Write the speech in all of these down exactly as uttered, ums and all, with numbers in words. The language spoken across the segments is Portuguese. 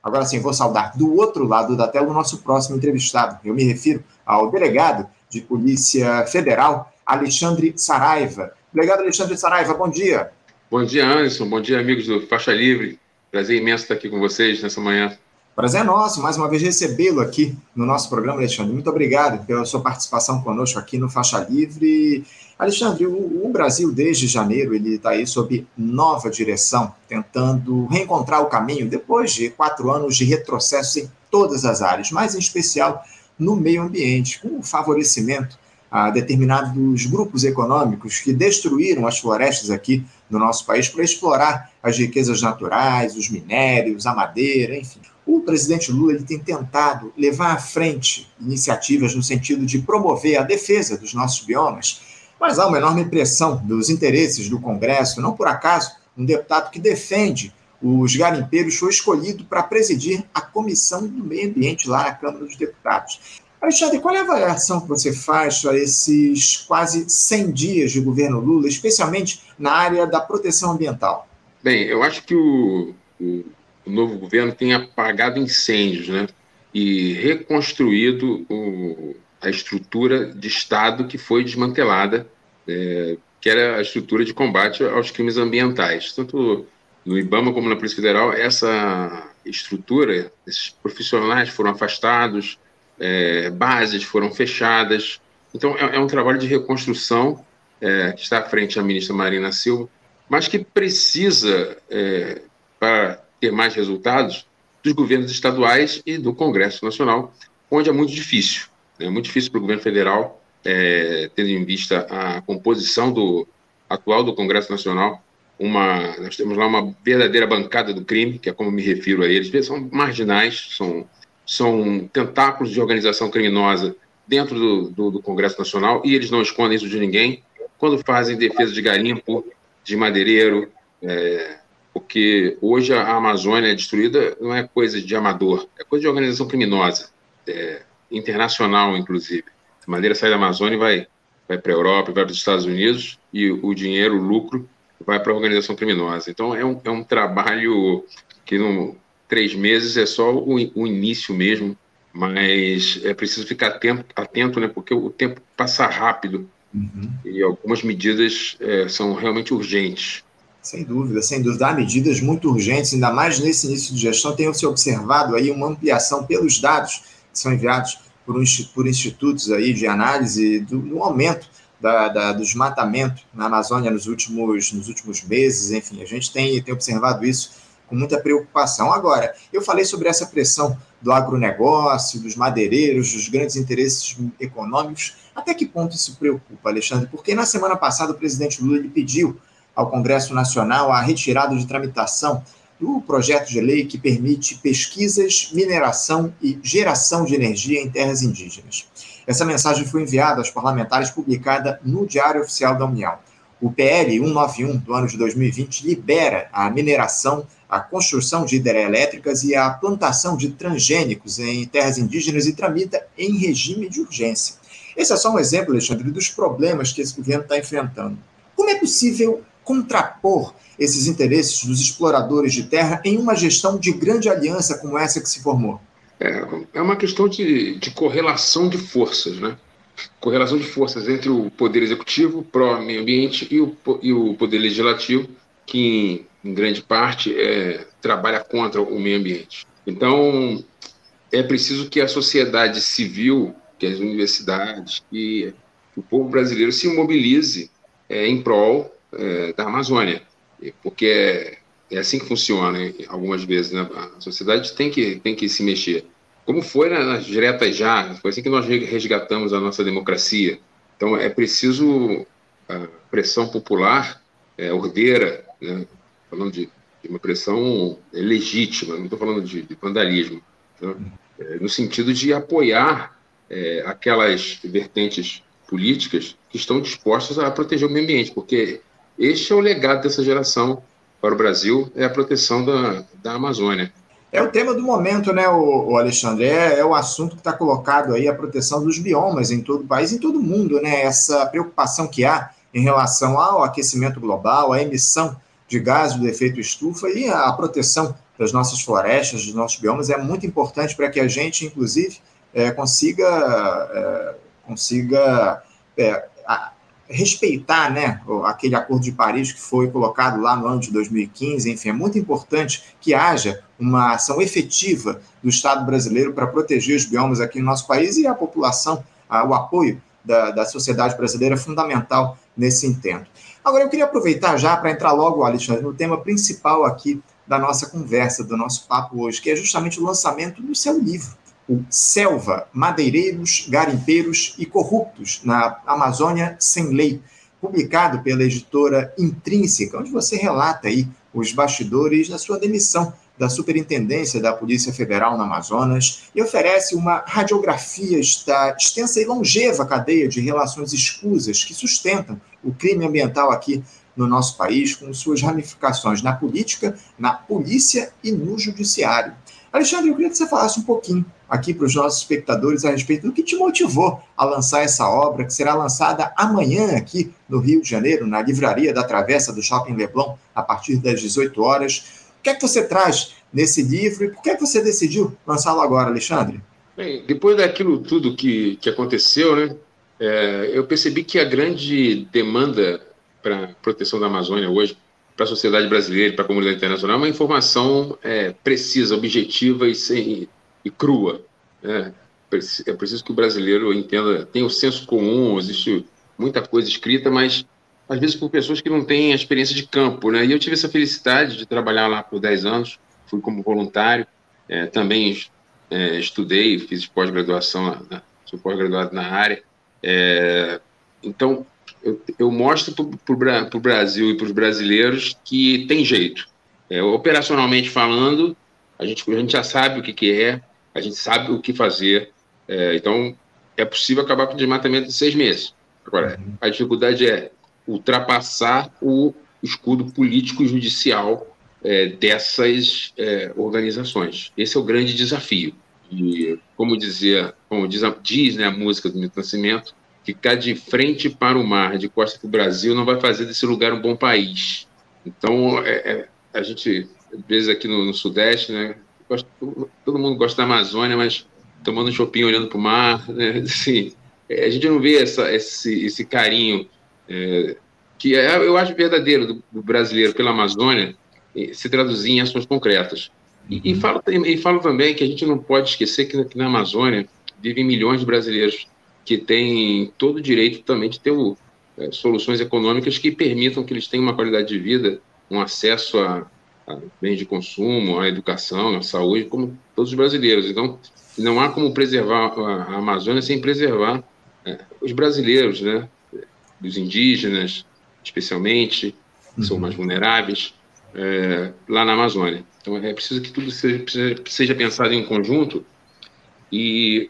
Agora sim, vou saudar do outro lado da tela o nosso próximo entrevistado. Eu me refiro ao delegado de Polícia Federal, Alexandre Saraiva. Delegado Alexandre Saraiva, bom dia. Bom dia, Anderson. Bom dia, amigos do Faixa Livre. Prazer imenso estar aqui com vocês nessa manhã. Prazer é nosso, mais uma vez, recebê-lo aqui no nosso programa, Alexandre. Muito obrigado pela sua participação conosco aqui no Faixa Livre. Alexandre, o, o Brasil, desde janeiro, ele está aí sob nova direção, tentando reencontrar o caminho depois de quatro anos de retrocesso em todas as áreas, mas em especial no meio ambiente, com o favorecimento a determinados grupos econômicos que destruíram as florestas aqui no nosso país para explorar as riquezas naturais, os minérios, a madeira, enfim. O presidente Lula ele tem tentado levar à frente iniciativas no sentido de promover a defesa dos nossos biomas, mas há uma enorme pressão dos interesses do Congresso. Não por acaso, um deputado que defende os garimpeiros foi escolhido para presidir a Comissão do Meio Ambiente lá na Câmara dos Deputados. Alexandre, qual é a avaliação que você faz a esses quase cem dias de governo Lula, especialmente na área da proteção ambiental? Bem, eu acho que o, o, o novo governo tem apagado incêndios, né? E reconstruído o, a estrutura de Estado que foi desmantelada, é, que era a estrutura de combate aos crimes ambientais. Tanto no IBAMA como na Polícia Federal, essa estrutura, esses profissionais foram afastados, É, bases foram fechadas. Então, é, é um trabalho de reconstrução é, que está à frente a ministra Marina Silva, mas que precisa, é, para ter mais resultados, dos governos estaduais e do Congresso Nacional, onde é muito difícil. É muito difícil para o governo federal, é, tendo em vista a composição do, atual do Congresso Nacional. Uma, nós temos lá uma verdadeira bancada do crime, que é como me refiro a eles, são marginais, são são tentáculos de organização criminosa dentro do, do, do Congresso Nacional, e eles não escondem isso de ninguém quando fazem defesa de garimpo, de madeireiro, é, porque hoje a Amazônia destruída não é coisa de amador, é coisa de organização criminosa, é, internacional, inclusive. A madeira sai da Amazônia e vai, vai para a Europa, vai para os Estados Unidos, e o dinheiro, o lucro, vai para a organização criminosa. Então, é um, é um trabalho que não... Três meses é só o, o início mesmo, mas é preciso ficar atento, atento, né, porque o tempo passa rápido. Uhum. E algumas medidas é, são realmente urgentes. Sem dúvida, sem dúvida. Há medidas muito urgentes, ainda mais nesse início de gestão. Tem-se observado aí uma ampliação pelos dados que são enviados por, um, por institutos aí de análise do, do aumento da, da, do desmatamento na Amazônia nos últimos, nos últimos meses. Enfim, a gente tem, tem observado isso com muita preocupação. Agora, eu falei sobre essa pressão do agronegócio, dos madeireiros, dos grandes interesses econômicos. Até que ponto isso preocupa, Alexandre? Porque na semana passada o presidente Lula ele pediu ao Congresso Nacional a retirada de tramitação do projeto de lei que permite pesquisas, mineração e geração de energia em terras indígenas. Essa mensagem foi enviada aos parlamentares, publicada no Diário Oficial da União. O P L cento e noventa e um do ano de dois mil e vinte libera a mineração, a construção de hidrelétricas e a plantação de transgênicos em terras indígenas e tramita em regime de urgência. Esse é só um exemplo, Alexandre, dos problemas que esse governo está enfrentando. Como é possível contrapor esses interesses dos exploradores de terra em uma gestão de grande aliança como essa que se formou? É, é uma questão de, de correlação de forças, né? Correlação de forças entre o poder executivo, pró-meio ambiente, e o, e o poder legislativo, que em grande parte é, trabalha contra o meio ambiente. Então, é preciso que a sociedade civil, que as universidades e o povo brasileiro se mobilize é, em prol é, da Amazônia, porque é, é assim que funciona, né? Algumas vezes, né? A sociedade tem que, tem que se mexer. Como foi nas diretas já, foi assim que nós resgatamos a nossa democracia. Então, é preciso a pressão popular, é, ordeira, né? Falando de, de uma pressão legítima, não estou falando de, de vandalismo, né? É, no sentido de apoiar é, aquelas vertentes políticas que estão dispostas a proteger o meio ambiente, porque este é o legado dessa geração para o Brasil, é a proteção da, da Amazônia. É o tema do momento, né, o, o Alexandre? É, é o assunto que está colocado aí, a proteção dos biomas em todo o país, em todo o mundo, né? Essa preocupação que há em relação ao aquecimento global, à emissão de gases do efeito estufa e a proteção das nossas florestas, dos nossos biomas, é muito importante para que a gente, inclusive, é, consiga, é, consiga é, a, respeitar, né, aquele Acordo de Paris que foi colocado lá no ano de dois mil e quinze. Enfim, é muito importante que haja uma ação efetiva do Estado brasileiro para proteger os biomas aqui no nosso país, e a população, a, o apoio da, da sociedade brasileira é fundamental nesse intento. Agora, eu queria aproveitar já para entrar logo, Alexandre, no tema principal aqui da nossa conversa, do nosso papo hoje, que é justamente o lançamento do seu livro, o Selva, Madeireiros, Garimpeiros e Corruptos na Amazônia Sem Lei, publicado pela editora Intrínseca, onde você relata aí os bastidores da sua demissão da Superintendência da Polícia Federal no Amazonas e oferece uma radiografia da extensa e longeva cadeia de relações escusas que sustentam o crime ambiental aqui no nosso país, com suas ramificações na política, na polícia e no judiciário. Alexandre, eu queria que você falasse um pouquinho aqui para os nossos espectadores a respeito do que te motivou a lançar essa obra, que será lançada amanhã aqui no Rio de Janeiro, na Livraria da Travessa do Shopping Leblon, a partir das dezoito horas. O que é que você traz nesse livro e por que é que você decidiu lançá-lo agora, Alexandre? Bem, depois daquilo tudo que, que aconteceu, né, é, eu percebi que a grande demanda para a proteção da Amazônia hoje, para a sociedade brasileira e para a comunidade internacional, é uma informação é, precisa, objetiva e, sem, e crua. Né? É preciso que o brasileiro entenda, tenha o senso comum, existe muita coisa escrita, mas às vezes por pessoas que não têm a experiência de campo, né? E eu tive essa felicidade de trabalhar lá por dez anos, fui como voluntário, é, também é, estudei, fiz pós-graduação, sou pós-graduado na área. É, então, eu, eu mostro para o Brasil e para os brasileiros que tem jeito. É, operacionalmente falando, a gente, a gente já sabe o que, que é, a gente sabe o que fazer, é, então é possível acabar com o desmatamento em seis meses. Agora, a dificuldade é ultrapassar o escudo político e judicial é, dessas é, organizações. Esse é o grande desafio. E, como dizia, como diz, a, diz né, a música do Milton Nascimento, ficar de frente para o mar, de costas para o Brasil, não vai fazer desse lugar um bom país. Então, é, é, a gente, às vezes aqui no, no Sudeste, né, gosta, todo mundo gosta da Amazônia, mas tomando um chopinho, olhando para o mar, né, assim, a gente não vê essa, esse, esse carinho é, que é, eu acho verdadeiro do, do brasileiro pela Amazônia se traduzir em ações concretas. E, e, falo, e falo também que a gente não pode esquecer que, que na Amazônia vivem milhões de brasileiros que têm todo o direito também de ter o, é, soluções econômicas que permitam que eles tenham uma qualidade de vida, um acesso a, a bens de consumo, à educação, à saúde, como todos os brasileiros. Então, não há como preservar a, a Amazônia sem preservar é, os brasileiros, né? Os indígenas, especialmente, que são mais vulneráveis, é, lá na Amazônia. Então, é preciso que tudo seja, seja pensado em um conjunto e,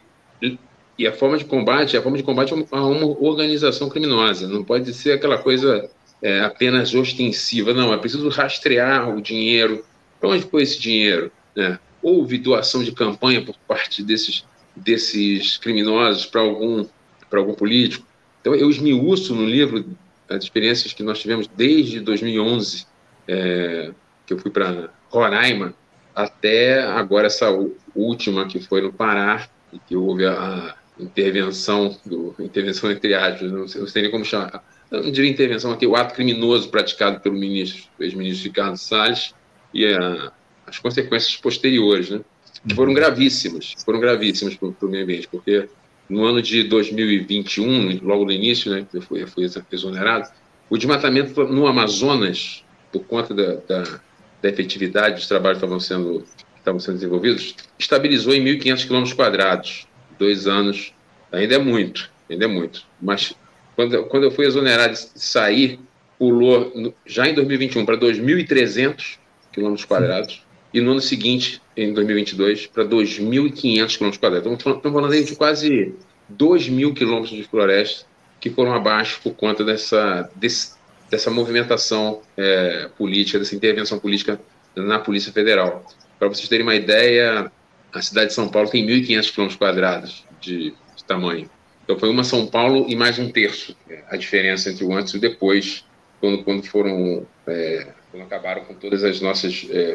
e a forma de combate, a forma de combate é uma, uma organização criminosa, não pode ser aquela coisa é, apenas ostensiva, não, é preciso rastrear o dinheiro. Para onde foi esse dinheiro? Né? Houve doação de campanha por parte desses, desses criminosos para algum, para algum político? Então, eu esmiuço no livro as experiências que nós tivemos desde dois mil e onze, é, que eu fui para Roraima, até agora essa última, que foi no Pará, e que houve a, a intervenção, do, intervenção entre aspas, não sei, não sei nem como chamar, eu não diria intervenção aqui, o ato criminoso praticado pelo ministro, ex-ministro Ricardo Salles, e a, as consequências posteriores, né, que foram gravíssimas, foram gravíssimas para o meio ambiente, porque no ano de dois mil e vinte e um, logo no início, né, eu fui, eu fui exonerado, o desmatamento no Amazonas, por conta da, da, da efetividade dos trabalhos que estavam sendo, que estavam sendo desenvolvidos, estabilizou em mil e quinhentos quilômetros quadrados. Dois anos, ainda é muito, ainda é muito. Mas quando, quando eu fui exonerado de sair, pulou no, já em dois mil e vinte e um para dois mil e trezentos quilômetros quadrados, e no ano seguinte, em dois mil e vinte e dois, para dois mil e quinhentos quilômetros quadrados. Então, estamos falando aí de quase dois mil quilômetros de floresta que foram abaixo por conta dessa, desse, dessa movimentação é, política, dessa intervenção política na Polícia Federal. Para vocês terem uma ideia, a cidade de São Paulo tem mil e quinhentos quilômetros quadrados de, de tamanho. Então, foi uma São Paulo e mais um terço, é, a diferença entre o antes e o depois, quando, quando foram... É, quando acabaram com todas as nossas... É,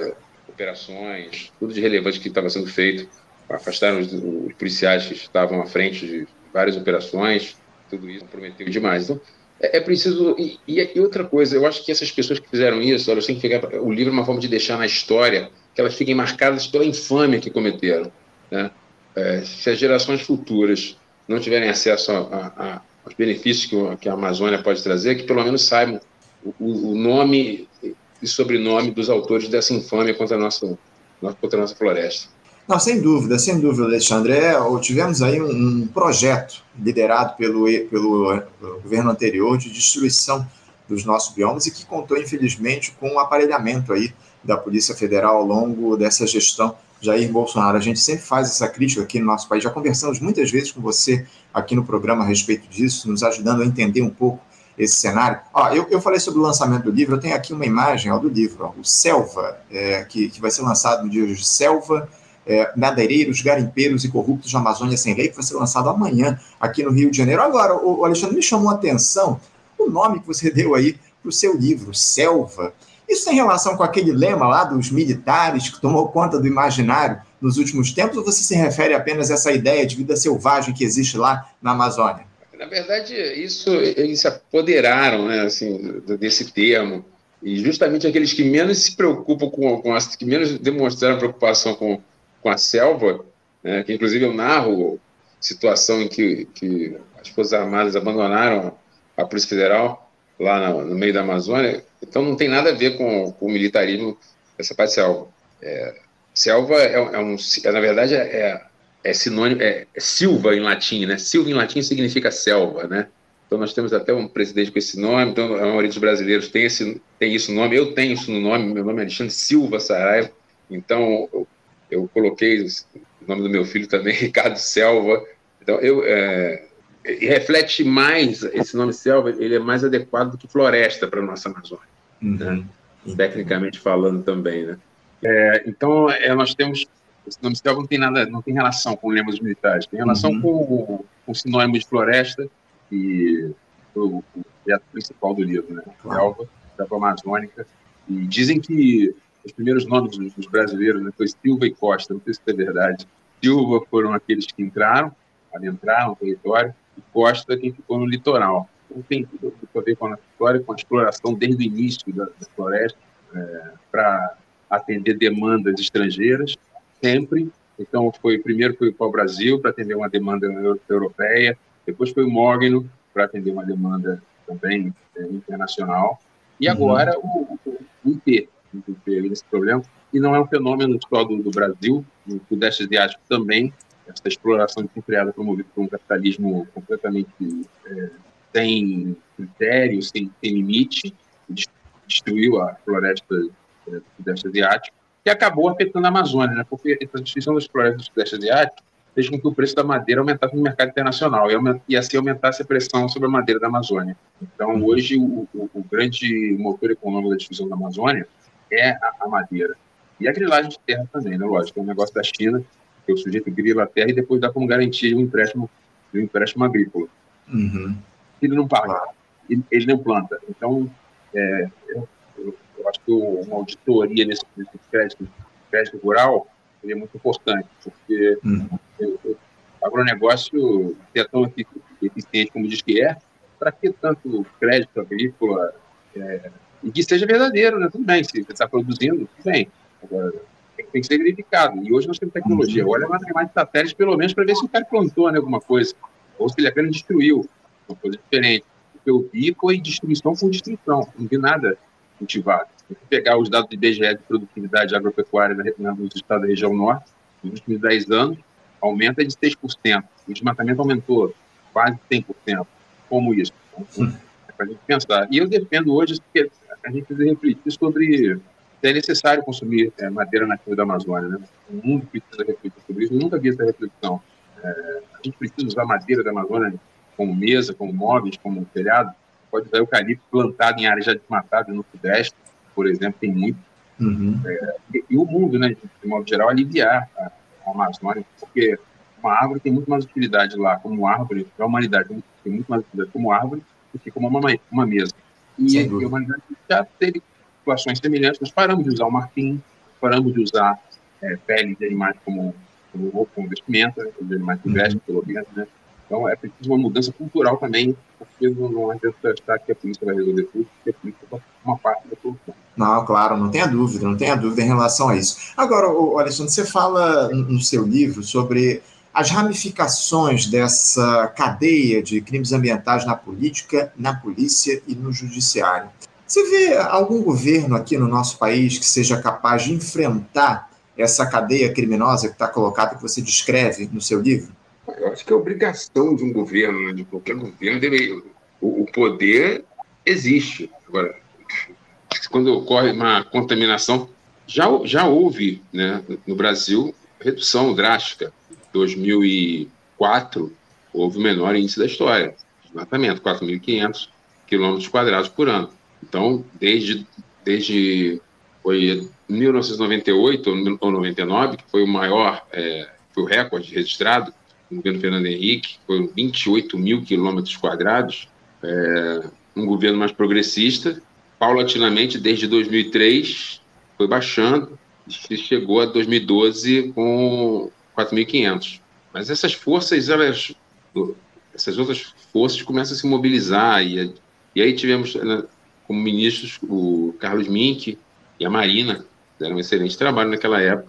operações, tudo de relevante que estava sendo feito. Afastaram os, os policiais que estavam à frente de várias operações, tudo isso comprometeu demais. Então, é, é preciso... E, e outra coisa, eu acho que essas pessoas que fizeram isso, elas têm que ficar... O livro é uma forma de deixar na história que elas fiquem marcadas pela infâmia que cometeram, né? É, se as gerações futuras não tiverem acesso a, a, a, aos benefícios que, que a Amazônia pode trazer, que pelo menos saibam o, o nome e sobrenome dos autores dessa infâmia contra a nossa, contra a nossa floresta. Não, sem dúvida, sem dúvida, Alexandre. É, tivemos aí um, um projeto liderado pelo, pelo, pelo governo anterior de destruição dos nossos biomas e que contou, infelizmente, com o aparelhamento aí da Polícia Federal ao longo dessa gestão Jair Bolsonaro. A gente sempre faz essa crítica aqui no nosso país. Já conversamos muitas vezes com você aqui no programa a respeito disso, nos ajudando a entender um pouco esse cenário. Ó, eu, eu falei sobre o lançamento do livro, eu tenho aqui uma imagem ó, do livro, ó, o Selva, é, que, que vai ser lançado no dia de hoje, Selva, é, Madeireiros, Garimpeiros e Corruptos da Amazônia Sem Lei, que vai ser lançado amanhã aqui no Rio de Janeiro. Agora, o, o Alexandre, me chamou a atenção o nome que você deu aí para o seu livro, Selva. Isso tem relação com aquele lema lá dos militares que tomou conta do imaginário nos últimos tempos, ou você se refere apenas a essa ideia de vida selvagem que existe lá na Amazônia? Na verdade, isso, eles se apoderaram, né, assim, desse termo, e justamente aqueles que menos se preocupam com, com as que menos demonstraram preocupação com, com a selva, né, que inclusive eu narro situação em que, que as Forças Armadas abandonaram a Polícia Federal lá no, no meio da Amazônia. Então não tem nada a ver com, com o militarismo essa parte de selva. É, selva é, é um, é, na verdade, é, é sinônimo, é, é silva em latim, né? Silva em latim significa selva, né? Então nós temos até um presidente com esse nome, então a maioria dos brasileiros tem, esse, tem isso no nome, eu tenho isso no nome, meu nome é Alexandre Silva Saraiva, então eu, eu coloquei o nome do meu filho também, Ricardo Selva. Então eu... É, e reflete mais, esse nome selva, ele é mais adequado do que floresta para a nossa Amazônia, uhum. né? Tecnicamente falando também, né? É, então, é, nós temos, esse nome selva não tem nada, não tem relação com o lema dos militares, tem relação uhum. com, com o sinônimo de floresta e o objeto principal do livro, né? Claro. Selva, selva amazônica, e dizem que os primeiros nomes dos, dos brasileiros, né, foi Silva e Costa, não sei se é verdade. Silva foram aqueles que entraram, adentraram no território, e Costa quem ficou no litoral. Então, tem tudo a ver com a história, com a exploração desde o início da, da floresta, é, para atender demandas estrangeiras, sempre. Então, foi, primeiro foi o pau-brasil, para atender uma demanda europeia, depois foi o mogno, para atender uma demanda também é, internacional, e agora uhum. o, o, o I P, esse problema, e não é um fenômeno só do, do Brasil, no Sudeste Asiático também. Essa exploração desenfreada promovida por um capitalismo completamente é, sem critério, sem, sem limite, destruiu a floresta é, do Sudeste Asiático, que acabou afetando a Amazônia, né? Porque essa destruição das florestas do Sudeste Asiático fez com que o preço da madeira aumentasse no mercado internacional e, e assim aumentasse a pressão sobre a madeira da Amazônia. Então, hoje, o, o, o grande motor econômico da destruição da Amazônia é a, a madeira. E a grilagem de terra também, né? Lógico, é um negócio da China, que o sujeito grila a terra e depois dá como garantia um empréstimo, um empréstimo agrícola. Uhum. Ele não paga, ele, ele não planta. Então, é, eu, eu, eu acho que uma auditoria nesse, nesse crédito, crédito rural seria muito importante, porque uhum. o agronegócio é tão eficiente como diz que é, para que tanto crédito agrícola, é, e que seja verdadeiro, né? Tudo bem, se você está produzindo, tudo bem. Agora, tem que ser verificado. E hoje nós temos tecnologia. Uhum. Olha mais, mais satélites, pelo menos, para ver se o cara plantou, né, alguma coisa. Ou se ele apenas destruiu. Uma coisa diferente. O que eu vi foi destruição por destruição. Não vi nada cultivado. Se você pegar os dados do I B G E de produtividade agropecuária nos estados da região norte, nos últimos dez anos, aumenta de seis por cento. O desmatamento aumentou quase cem por cento. Como isso? Então, uhum. é para a gente pensar. E eu defendo hoje que a gente precisa refletir sobre... é necessário consumir é, madeira nativa da Amazônia, né? O mundo precisa refletir sobre isso. Eu nunca vi essa reflexão. É, a gente precisa usar madeira da Amazônia como mesa, como móveis, como telhado. Pode usar eucalipto plantado em áreas já desmatadas no Sudeste, por exemplo, tem muito. Uhum. É, e, e o mundo, né, de modo geral, aliviar a, a Amazônia, porque uma árvore tem muito mais utilidade lá como árvore, a humanidade tem muito mais utilidade como árvore do que como uma, uma mesa. E, e a humanidade já teve situações semelhantes, nós paramos de usar o marfim, paramos de usar é, pele de animais como, como roupa, como vestimenta, de animais que vestem, pelo menos, né? Então, é preciso uma mudança cultural também, porque não adianta achar que a polícia vai resolver tudo, porque a polícia é uma parte da solução. Não, claro, não tenha dúvida, não tenha dúvida em relação a isso. Agora, Alexandre, você fala no seu livro sobre as ramificações dessa cadeia de crimes ambientais na política, na polícia e no judiciário. Você vê algum governo aqui no nosso país que seja capaz de enfrentar essa cadeia criminosa que está colocada, que você descreve no seu livro? Eu acho que é obrigação de um governo, né, de qualquer governo, deve, o, o poder existe. Agora, quando ocorre uma contaminação, já, já houve, né, no Brasil redução drástica. Em dois mil e quatro, houve o menor índice da história, desmatamento, quatro mil e quinhentos quilômetros quadrados por ano. Então, desde, desde foi mil novecentos e noventa e oito ou noventa e nove, que foi o maior, é, foi o recorde registrado, no governo Fernando Henrique, foram vinte e oito mil quilômetros quadrados, é, um governo mais progressista, paulatinamente, desde dois mil e três, foi baixando, e chegou a dois mil e doze com quatro mil e quinhentos. Mas essas forças, elas, essas outras forças começam a se mobilizar, e, e aí tivemos, né, como ministros, o Carlos Mink e a Marina, fizeram um excelente trabalho naquela época.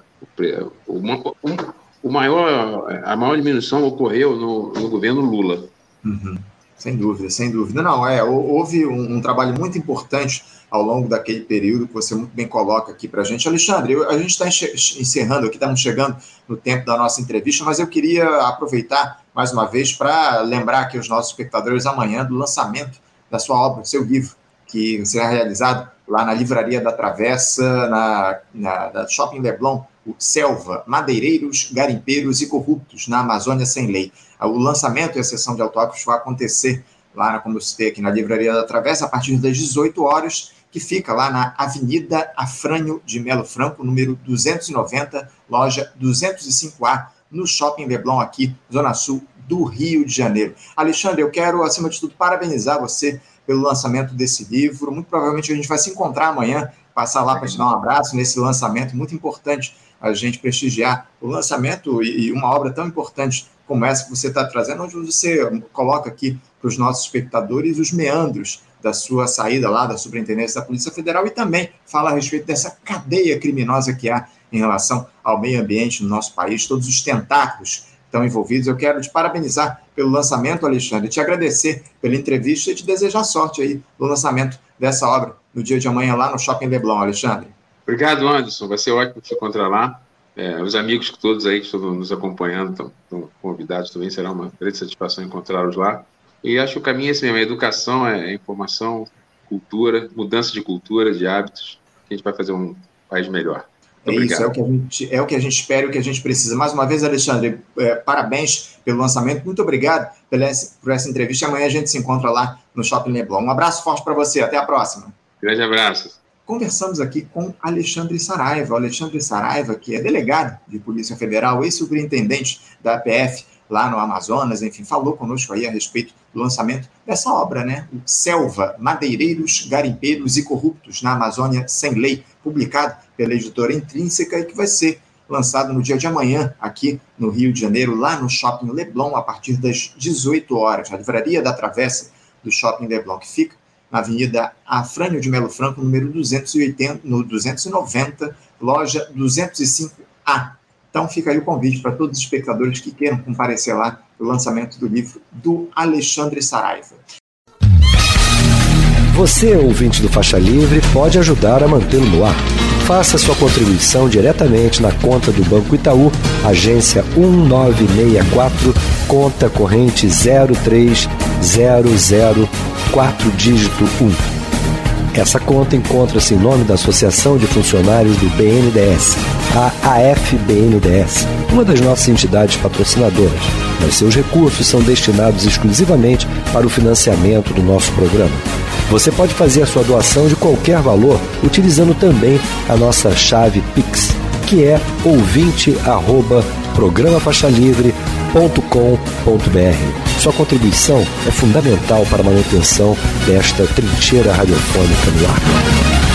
Uma, um, o maior, a maior diminuição ocorreu no, no governo Lula. Uhum. Sem dúvida, sem dúvida. Não, é, houve um, um trabalho muito importante ao longo daquele período que você muito bem coloca aqui para a gente. Alexandre, eu, a gente está encerrando aqui, estamos chegando no tempo da nossa entrevista, mas eu queria aproveitar mais uma vez para lembrar aqui os nossos espectadores amanhã do lançamento da sua obra, do seu livro, que será realizado lá na Livraria da Travessa, na, na da Shopping Leblon, o Selva, Madeireiros, Garimpeiros e Corruptos, na Amazônia Sem Lei. O lançamento e a sessão de autógrafos vai acontecer lá, como eu citei aqui, na Livraria da Travessa, a partir das dezoito horas, que fica lá na Avenida Afrânio de Melo Franco, número duzentos e noventa, loja duzentos e cinco A, no Shopping Leblon, aqui, Zona Sul do Rio de Janeiro. Alexandre, eu quero, acima de tudo, parabenizar você pelo lançamento desse livro. Muito provavelmente a gente vai se encontrar amanhã, passar lá para te dar um abraço nesse lançamento, muito importante a gente prestigiar o lançamento e uma obra tão importante como essa que você está trazendo, onde você coloca aqui para os nossos espectadores os meandros da sua saída lá da Superintendência da Polícia Federal e também fala a respeito dessa cadeia criminosa que há em relação ao meio ambiente no nosso país, todos os tentáculos estão envolvidos. Eu quero te parabenizar pelo lançamento, Alexandre, te agradecer pela entrevista e te desejar sorte aí no lançamento dessa obra no dia de amanhã lá no Shopping Leblon, Alexandre. Obrigado, Anderson. Vai ser ótimo te encontrar lá. É, os amigos todos aí que estão nos acompanhando estão, estão convidados também. Será uma grande satisfação encontrá-los lá. E acho que o caminho é esse mesmo. A educação, é informação, cultura, mudança de cultura, de hábitos, que a gente vai fazer um país melhor. É isso, é o, que a gente, é o que a gente espera e o que a gente precisa. Mais uma vez, Alexandre, é, parabéns pelo lançamento. Muito obrigado pela essa, por essa entrevista. Amanhã a gente se encontra lá no Shopping Leblon. Um abraço forte para você. Até a próxima. Grande abraço. Conversamos aqui com Alexandre Saraiva. O Alexandre Saraiva, que é delegado de Polícia Federal e superintendente da A P F lá no Amazonas, enfim, falou conosco aí a respeito do lançamento dessa obra, né? O Selva, Madeireiros, Garimpeiros e Corruptos, na Amazônia Sem Lei, publicado pela editora Intrínseca e que vai ser lançado no dia de amanhã aqui no Rio de Janeiro, lá no Shopping Leblon, a partir das dezoito horas, a Livraria da Travessa do Shopping Leblon, que fica na Avenida Afrânio de Melo Franco, número duzentos e oitenta, no duzentos e noventa, loja duzentos e cinco A. Então fica aí o convite para todos os espectadores que queiram comparecer lá no lançamento do livro do Alexandre Saraiva. Você, ouvinte do Faixa Livre, pode ajudar a mantê-lo no ar. Faça sua contribuição diretamente na conta do Banco Itaú, agência um nove seis quatro, conta corrente zero três zero zero quatro dígito um. Essa conta encontra-se em nome da Associação de Funcionários do B N D E S, a A F B N D E S, uma das nossas entidades patrocinadoras, mas seus recursos são destinados exclusivamente para o financiamento do nosso programa. Você pode fazer a sua doação de qualquer valor utilizando também a nossa chave Pix, que é ouvinte arroba programa faixa livre ponto com ponto b r. Sua contribuição é fundamental para a manutenção desta trincheira radiofônica no ar.